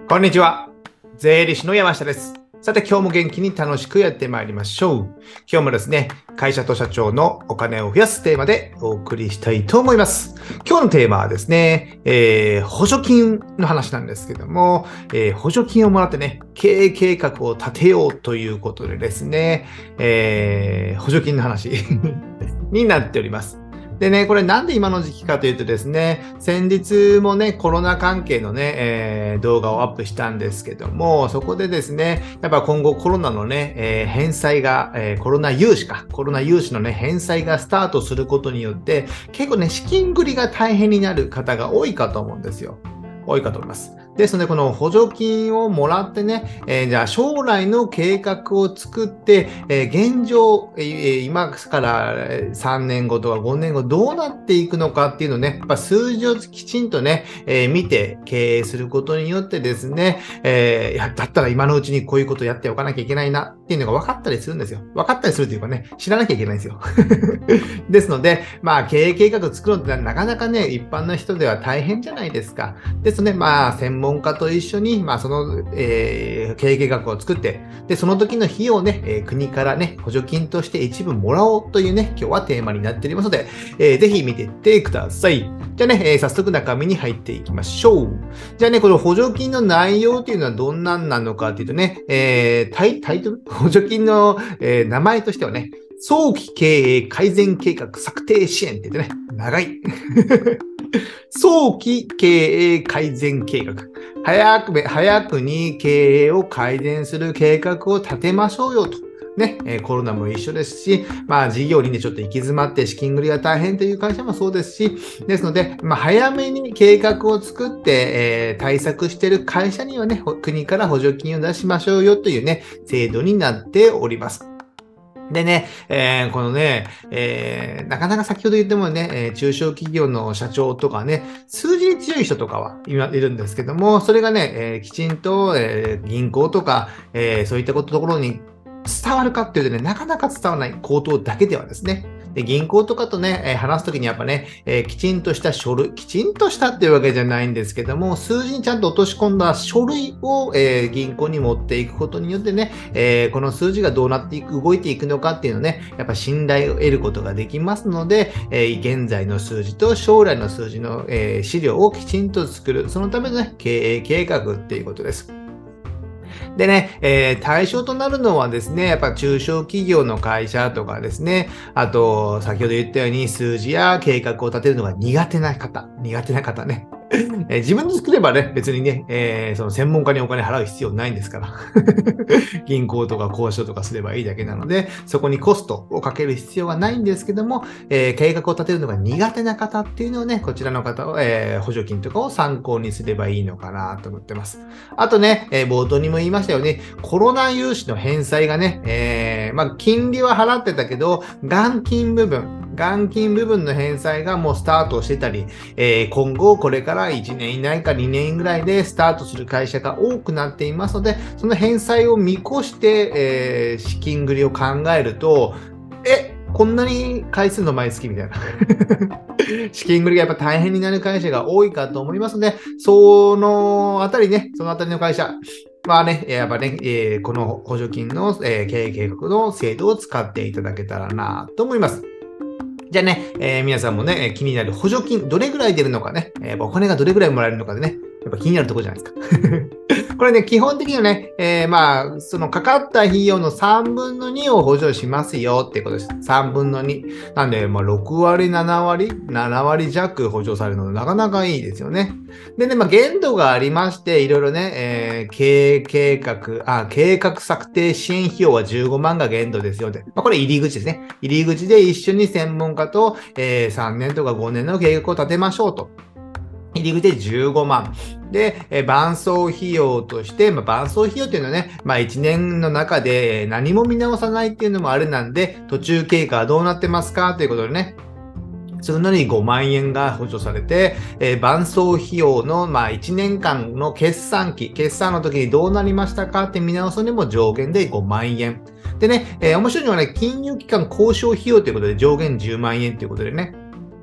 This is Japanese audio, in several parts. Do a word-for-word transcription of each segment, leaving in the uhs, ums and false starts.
こんにちは。税理士の山下です。さて、今日も元気に楽しくやってまいりましょう。今日もですね、会社と社長のお金を増やすテーマでお送りしたいと思います。今日のテーマはですね、えー、補助金の話なんですけども、えー、補助金をもらってね、経営計画を立てようということでですね、えー、補助金の話になっております。でね、これなんで今の時期かというとですね、先日もね、コロナ関係のね、えー、動画をアップしたんですけども、そこでですね、やっぱ今後コロナのね、えー、返済が、えー、コロナ融資か、コロナ融資のね、返済がスタートすることによって、結構ね、資金繰りが大変になる方が多いかと思うんですよ。多いかと思います。ですので、この補助金をもらってね、えー、じゃあ将来の計画を作って、えー、現状、えー、今からさんねんごとかごねんごどうなっていくのかっていうのをね、やっぱ数字をきちんとね、えー、見て経営することによってですね、えー、いや、だったら今のうちにこういうことをやっておかなきゃいけないなっていうのが分かったりするんですよ。分かったりするというかね、知らなきゃいけないんですよ。ですので、まあ経営計画を作るのってなかなかね、一般の人では大変じゃないですか。ですので、まあ専門家と一緒に、まあその、えー、経営計画を作って、で、その時の費用をね、えー、国からね、補助金として一部もらおうというね、今日はテーマになっておりますので、えー、ぜひ見ていってください。じゃあね、えー、早速中身に入っていきましょう。じゃあね、この補助金の内容っていうのはどんなんなのかっていうとね、えー、タイ、タイトル補助金の、えー、名前としてはね、早期経営改善計画策定支援って言ってね、長い。早期経営改善計画。早く、早くに経営を改善する計画を立てましょうよと。ね、えー、コロナも一緒ですし、まあ事業にね、ちょっと行き詰まって資金繰りが大変という会社もそうですし、ですので、まあ早めに計画を作って、えー、対策している会社にはね、国から補助金を出しましょうよというね、制度になっております。でね、えー、このね、えー、なかなか先ほど言ってもね、えー、中小企業の社長とかね、数字に強い人とかはいるんですけども、それがね、えー、きちんと、えー、銀行とか、えー、そういったことところに伝わるかっていうとね、なかなか伝わらない口頭だけではですね、で銀行とかとね、えー、話すときにやっぱね、えー、きちんとした書類、きちんとしたっていうわけじゃないんですけども、数字にちゃんと落とし込んだ書類を、えー、銀行に持っていくことによってね、えー、この数字がどうなっていく、動いていくのかっていうのをね、やっぱ信頼を得ることができますので、えー、現在の数字と将来の数字の、えー、資料をきちんと作る、そのためのね、経営計画っていうことです。でね、えー、対象となるのはですね、やっぱ中小企業の会社とかですね、あと、先ほど言ったように数字や計画を立てるのが苦手な方、苦手な方ね。えー、自分で作ればね、別にね、えー、その専門家にお金払う必要ないんですから。銀行とか交渉とかすればいいだけなので、そこにコストをかける必要はないんですけども、えー、計画を立てるのが苦手な方っていうのをね、こちらの方を、えー、補助金とかを参考にすればいいのかなと思ってます。あとね、えー、冒頭にも言いましたよね、コロナ融資の返済がね、えー、まあ、金利は払ってたけど、元金部分、元金部分の返済がもうスタートしてたり、えー、今後これからいちねん以内かにねんぐらいでスタートする会社が多くなっていますので、その返済を見越して、えー、資金繰りを考えると、え、こんなに回数の毎月みたいな。資金繰りがやっぱ大変になる会社が多いかと思いますので、そのあたりね、そのあたりの会社、まあね、やっぱね、えー、この補助金の、えー、経営計画の制度を使っていただけたらなと思います。じゃあね、えー、皆さんもね、気になる補助金、どれぐらい出るのかね、えー、お金がどれぐらいもらえるのかでね、やっぱ気になるところじゃないですか。これね、基本的にはね、えー、まあ、そのかかった費用のさんぶんのにを補助しますよってことです。さんぶんのに。なんで、まあ、ろくわり、ななわり、ななわり弱補助されるので、なかなかいいですよね。でね、まあ、限度がありまして、いろいろね、えー、経営計画、あ、計画策定支援費用はじゅうごまんが限度ですよって。まあ、これ入り口ですね。入り口で一緒に専門家と、えー、さんねんとかごねんの計画を立てましょうと。入り口でじゅうごまん。で、え伴走費用として、まあ、伴走費用っていうのはね、まあいちねんの中で何も見直さないっていうのもあれなんで、途中経過はどうなってますかということでね、するのにごまんえんが補助されて、えー、伴走費用の、まあ、いちねんかんの決算期、決算の時にどうなりましたかって見直すのにも上限でごまんえん。でね、えー、面白いのはね、金融機関交渉費用ということで上限じゅうまんえんということでね、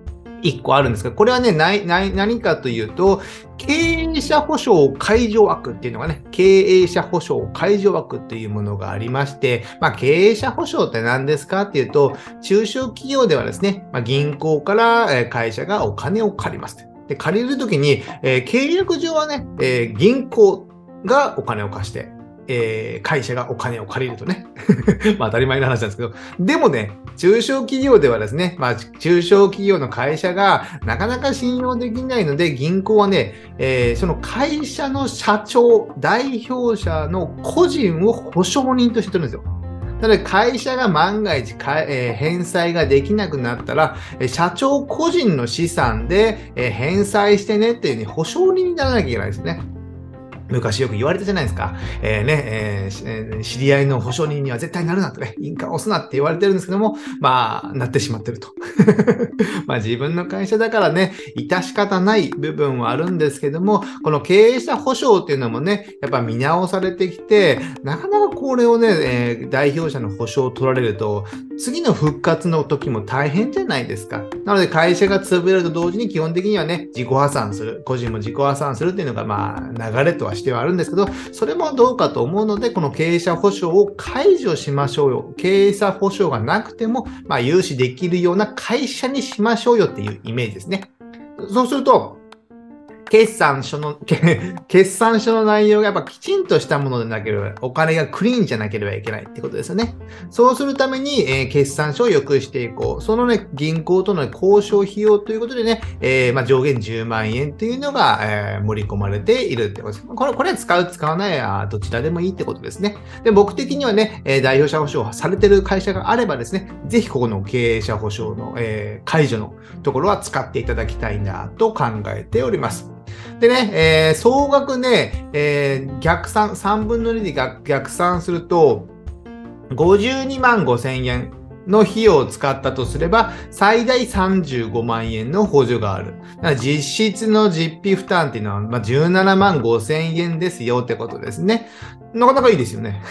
一個あるんですけど、これはね、なな何かというと、経営者保証解除枠っていうのがね、経営者保証解除枠っていうものがありまして、まあ、経営者保証って何ですかっていうと、中小企業ではですね、まあ、銀行から会社がお金を借ります。で、借りるときに、えー、契約上はね、えー、銀行がお金を貸して、えー、会社がお金を借りるとね。まあ当たり前の話なんですけど。でもね、中小企業ではですね、まあ中小企業の会社がなかなか信用できないので、銀行はね、えー、その会社の社長、代表者の個人を保証人として取るんですよ。なので会社が万が一か、えー、返済ができなくなったら、社長個人の資産で、えー、返済してねっていうふうに保証人にならなきゃいけないですね。昔よく言われたじゃないですか。えー、ね、えー、知り合いの保証人には絶対なるなとね、印鑑を押すなって言われてるんですけども、まあ、なってしまってると。まあ自分の会社だからね、致し方ない部分はあるんですけども、この経営者保証っていうのもね、やっぱ見直されてきて、なかなかこれをね、えー、代表者の保証を取られると、次の復活の時も大変じゃないですか。なので会社が潰れると同時に基本的にはね、自己破産する。個人も自己破産するっていうのがまあ流れとはしてはあるんですけど、それもどうかと思うので、この経営者保証を解除しましょうよ。経営者保証がなくても、まあ融資できるような会社にしましょうよっていうイメージですね。そうすると、決算書の、決算書の内容がやっぱきちんとしたものでなければ、お金がクリーンじゃなければいけないってことですよね。そうするために、えー、決算書を良くしていこう。そのね、銀行との交渉費用ということでね、えー、まあ、上限じゅうまんえんっていうのが、えー、盛り込まれているってことです。これ、これは使う、使わないあ、どちらでもいいってことですね。で、僕的にはね、えー、代表者保証されてる会社があればですね、ぜひここの経営者保証の、えー、解除のところは使っていただきたいなと考えております。でね、えー、総額ね、えー、逆算、さんぶんのにで逆、逆算すると、ごじゅうにまんごせんえんの費用を使ったとすれば、最大さんじゅうごまんえんの補助がある。だから実質の実費負担っていうのは、まあ、じゅうななまんごせんえんですよってことですね。なかなかいいですよね。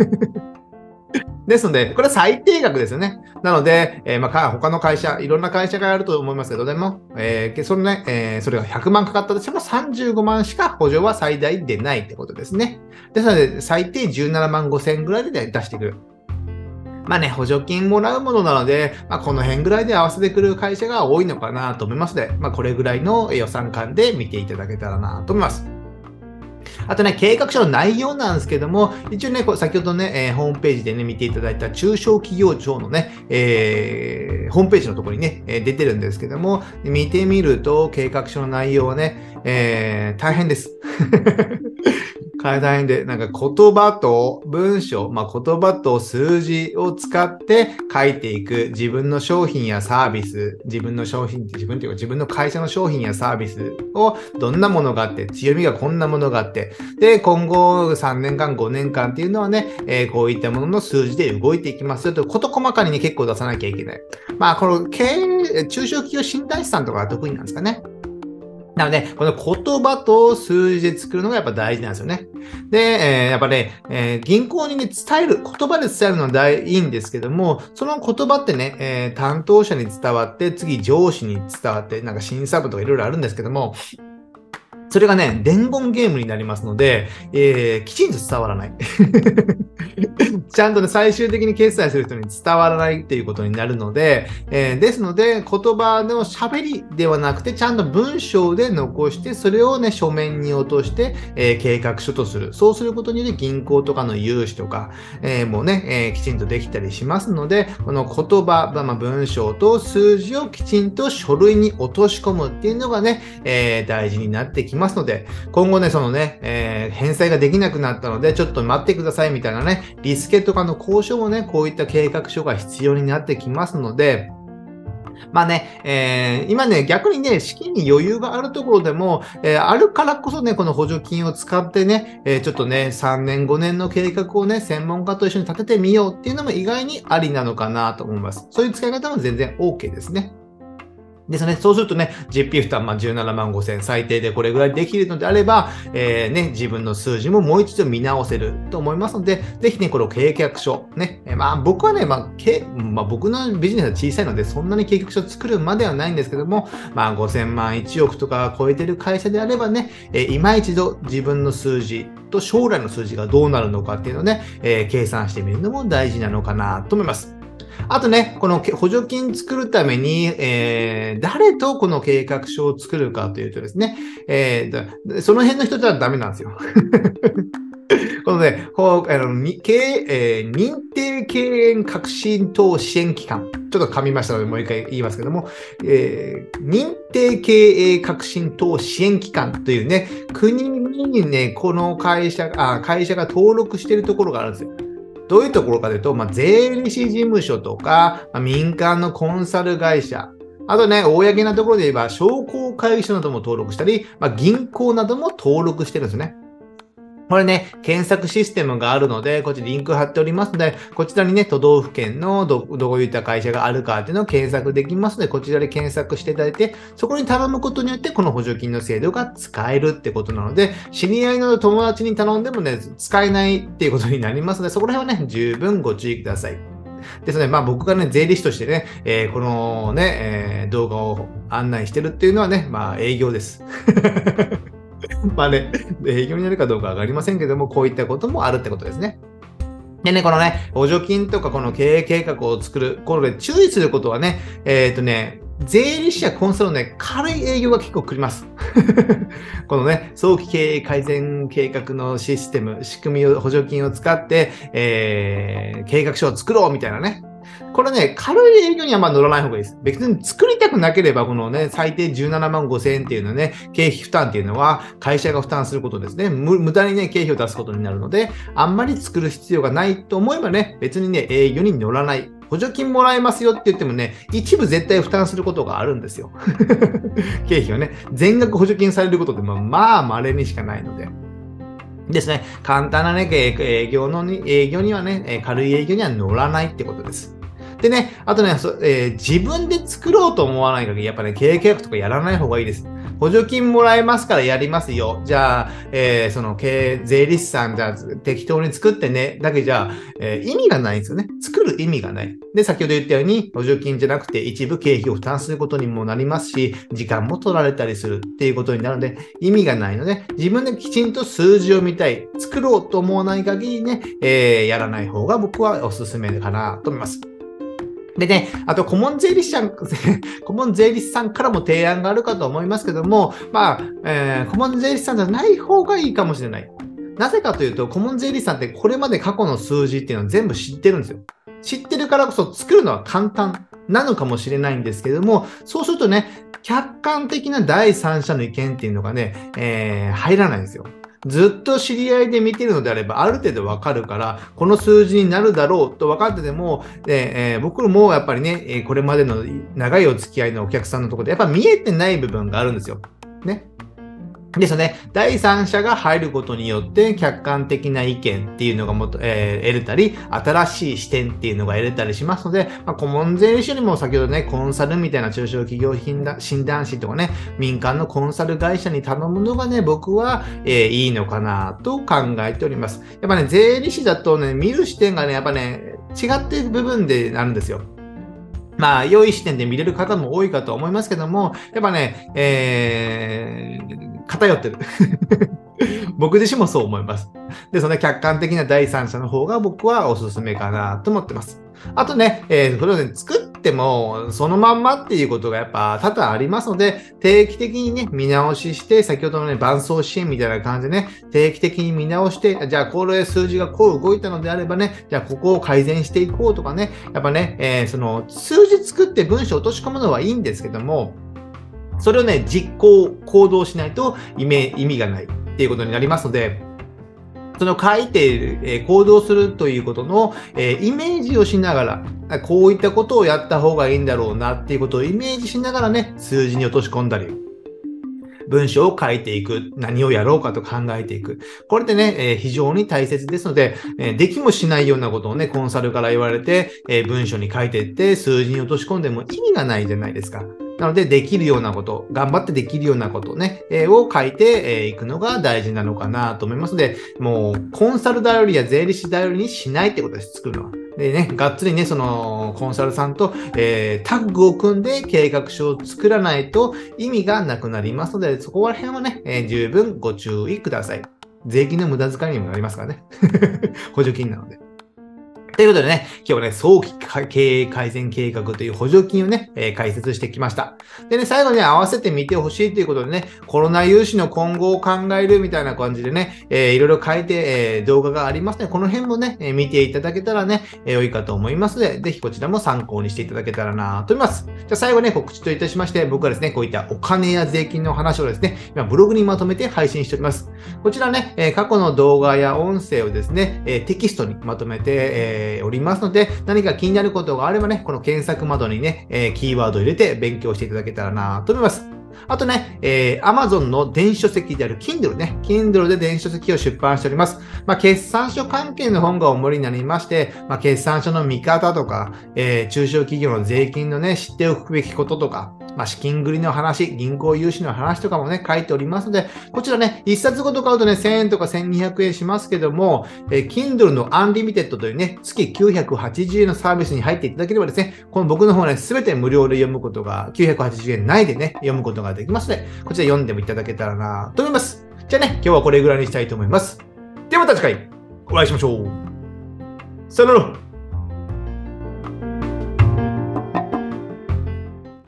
ですので、これは最低額ですよね。なので、えー、まあ、他の会社、いろんな会社があると思いますけど、でも、えー、そのね、えー、それがひゃくまんかかったとしてもさんじゅうごまんしか補助は最大でないってことですね。ですので、最低じゅうななまんごせんぐらいで出してくる。まあね、補助金もらうものなので、まあ、この辺ぐらいで合わせてくる会社が多いのかなと思いますので、まあ、これぐらいの予算感で見ていただけたらなと思います。あとね、計画書の内容なんですけども、一応ね、これ先ほどね、えー、ホームページでね、見ていただいた中小企業庁のね、えー、ホームページのところにね、えー、出てるんですけども、見てみると、計画書の内容はね、えー、大変です。大変で、なんか言葉と文章、まあ、言葉と数字を使って書いていく自分の商品やサービス、自分の商品って自分というか自分の会社の商品やサービスをどんなものがあって、強みがこんなものがあって、で、今後さんねんかん、ごねんかんっていうのはね、えー、こういったものの数字で動いていきますよと、事細かにね、結構出さなきゃいけない。まあ、この経営、中小企業診断士さんとかが得意なんですかね。なので、この言葉と数字で作るのがやっぱ大事なんですよね。で、えー、やっぱね、えー、銀行にね、伝える、言葉で伝えるのは大いいんですけども、その言葉ってね、えー、担当者に伝わって、次上司に伝わって、なんか審査部とかいろいろあるんですけども、それがね、伝言ゲームになりますので、えー、きちんと伝わらない。ちゃんとね、最終的に決済する人に伝わらないっていうことになるので、えー、ですので、言葉の喋りではなくて、ちゃんと文章で残して、それをね、書面に落として、えー、計画書とする。そうすることによって銀行とかの融資とか、えー、もうね、えー、きちんとできたりしますので、この言葉、まあ、文章と数字をきちんと書類に落とし込むっていうのがね、えー、大事になってきますので、今後ね、そのね、えー、返済ができなくなったので、ちょっと待ってくださいみたいなね、リスケとかの交渉もね、こういった計画書が必要になってきますので、まあね、えー、今ね、逆にね、資金に余裕があるところでも、えー、あるからこそね、この補助金を使ってね、えー、ちょっとね、さんねん、ごねんの計画をね、専門家と一緒に立ててみようっていうのも意外にありなのかなと思います。そういう使い方も全然 OK ですね。 ですね。そうするとね、実費負担、まあ、じゅうななまんごせん、最低でこれぐらいできるのであれば、えー、ね、自分の数字ももう一度見直せると思いますので、ぜひね、この計画書、ね、えー、まあ、僕はね、まあ、けまあ、僕のビジネスは小さいので、そんなに計画書を作るまではないんですけども、まあ、ごせんまん、いちおくとか超えてる会社であればね、えー、今一度自分の数字と将来の数字がどうなるのかっていうのをね、えー、計算してみるのも大事なのかなと思います。あとね、この補助金作るために、えー、誰とこの計画書を作るかというとですね、えー、その辺の人じゃダメなんですよ。このね、こうあのに経えー、認定経営革新等支援機関。ちょっと噛みましたので、もう一回言いますけども、えー、認定経営革新等支援機関というね、国にね、この会社、あ会社が登録しているところがあるんですよ。どういうところかというと、まあ、税理士事務所とか、まあ、民間のコンサル会社、あとね、公なところで言えば商工会議所なども登録したり、まあ、銀行なども登録してるんですね。これね、検索システムがあるので、こっちリンク貼っておりますので、こちらにね、都道府県の ど, どういった会社があるかっていうのを検索できますので、こちらで検索していただいて、そこに頼むことによって、この補助金の制度が使えるってことなので、知り合いの友達に頼んでもね、使えないっていうことになりますので、そこら辺はね、十分ご注意ください。ですので、まあ僕がね、税理士としてね、えー、このね、えー、動画を案内してるっていうのはね、まあ営業です。まあね、営業になるかどうかわかりませんけども、こういったこともあるってことですね。でね、このね、補助金とかこの経営計画を作る、これで注意することはね、えっとね、税理士やコンサルのね、軽い営業が結構来ます。このね、早期経営改善計画のシステム、仕組みを、補助金を使って、えー、計画書を作ろうみたいなね。これね、軽い営業にはまあ乗らない方がいいです。別に作りたくなければ、このね、最低じゅうななまんごせんえんっていうのね、経費負担っていうのは会社が負担することですね。無駄にね、経費を出すことになるので、あんまり作る必要がないと思えばね、別にね、営業に乗らない。補助金もらえますよって言ってもね、一部絶対負担することがあるんですよ。経費をね、全額補助金されることってまあ稀にしかないので。ですね、簡単なね、営業のに、営業にはね、軽い営業には乗らないってことです。でね、あとね、えー、自分で作ろうと思わない限り、やっぱね、経営計画とかやらない方がいいです。補助金もらえますからやりますよ。じゃあ、えー、その経営、税理士さん、じゃあ適当に作ってね。だけじゃあ、えー、意味がないんですよね。作る意味がない。で、先ほど言ったように、補助金じゃなくて一部経費を負担することにもなりますし、時間も取られたりするっていうことになるので、意味がないので、自分できちんと数字を見たい、作ろうと思わない限りね、えー、やらない方が僕はおすすめかなと思います。でね、あと、顧問税理士さん、顧問税理士さんからも提案があるかと思いますけども、まあ、えー、顧問税理士さんじゃない方がいいかもしれない。なぜかというと、顧問税理士さんってこれまで過去の数字っていうのを全部知ってるんですよ。知ってるからこそ作るのは簡単なのかもしれないんですけども、そうするとね、客観的な第三者の意見っていうのがね、えー、入らないんですよ。ずっと知り合いで見てるのであれば、ある程度わかるから、この数字になるだろうと分かってても、えー、僕もやっぱりね、これまでの長いお付き合いのお客さんのところで、やっぱ見えてない部分があるんですよ。ね。ですよね。第三者が入ることによって客観的な意見っていうのがもと、えー、得れたり、新しい視点っていうのが得れたりしますので、まあ、顧問税理士よりも先ほどね、コンサルみたいな中小企業診断士とかね、民間のコンサル会社に頼むのがね、僕は、えー、いいのかなと考えております。やっぱね、税理士だとね、見る視点がね、やっぱね、違っている部分であるんですよ。まあ、良い視点で見れる方も多いかと思いますけども、やっぱね、えー、偏ってる。僕自身もそう思います。で、その客観的な第三者の方が僕はおすすめかなと思ってます。あとね、えー、これをね、作ってもそのまんまっていうことがやっぱ多々ありますので、定期的にね、見直しして、先ほどのね、伴走支援みたいな感じでね、定期的に見直して、じゃあこれ数字がこう動いたのであればね、じゃあここを改善していこうとかね、やっぱね、えー、その数字作って文章を落とし込むのはいいんですけども、それをね、実行、行動しないと意味、意味がないっていうことになりますので、その書いて、えー、行動するということの、えー、イメージをしながら、こういったことをやった方がいいんだろうなっていうことをイメージしながらね、数字に落とし込んだり、文章を書いていく、何をやろうかと考えていく。これってね、えー、非常に大切ですので、えー、できもしないようなことをね、コンサルから言われて、えー、文章に書いていって、数字に落とし込んでも意味がないじゃないですか。 なので、できるようなこと、頑張ってできるようなことね、えー、を書いていくのが大事なのかなと思いますので、もう、コンサル頼りや税理士頼りにしないってことです、作るのは。でね、がっつりね、その、コンサルさんと、えー、タッグを組んで計画書を作らないと意味がなくなりますので、そこら辺はね、えー、十分ご注意ください。税金の無駄遣いにもなりますからね。補助金なので。ということでね、今日はね、早期経営改善計画という補助金をね、えー、解説してきました。でね、最後に合わせて見てほしいということでね、コロナ融資の今後を考えるみたいな感じでね、えー、いろいろ書いて、えー、動画がありますので、この辺もね、えー、見ていただけたらね、えー、良いかと思いますので、ぜひこちらも参考にしていただけたらなと思います。じゃあ最後ね、告知といたしまして、僕はですね、こういったお金や税金の話をですね、今ブログにまとめて配信しております。こちらね、えー、過去の動画や音声をですね、えー、テキストにまとめて、えー、おりますので、何か気になることがあればね、この検索窓にね、えー、キーワードを入れて勉強していただけたらなと思います。あとね、えー、Amazon の電子書籍である Kindle ね、Kindle で電子書籍を出版しております。まあ、決算書関係の本が主になりまして、まあ、決算書の見方とか、えー、中小企業の税金のね、知っておくべきこととか、まあ、資金繰りの話、銀行融資の話とかもね、書いておりますので、こちらね、一冊ごと買うとね、せんえんとかせんにひゃくえんしますけども、えー、Kindle の Unlimited というね、月きゅうひゃくはちじゅうえんのサービスに入っていただければですね、この僕の方ね、すべて無料で読むことが、きゅうひゃくはちじゅうえん内でね、読むことができますので、こちら読んでもいただけたらなと思います。じゃあね、今日はこれぐらいにしたいと思います。ではまた次回、お会いしましょう。さよなら。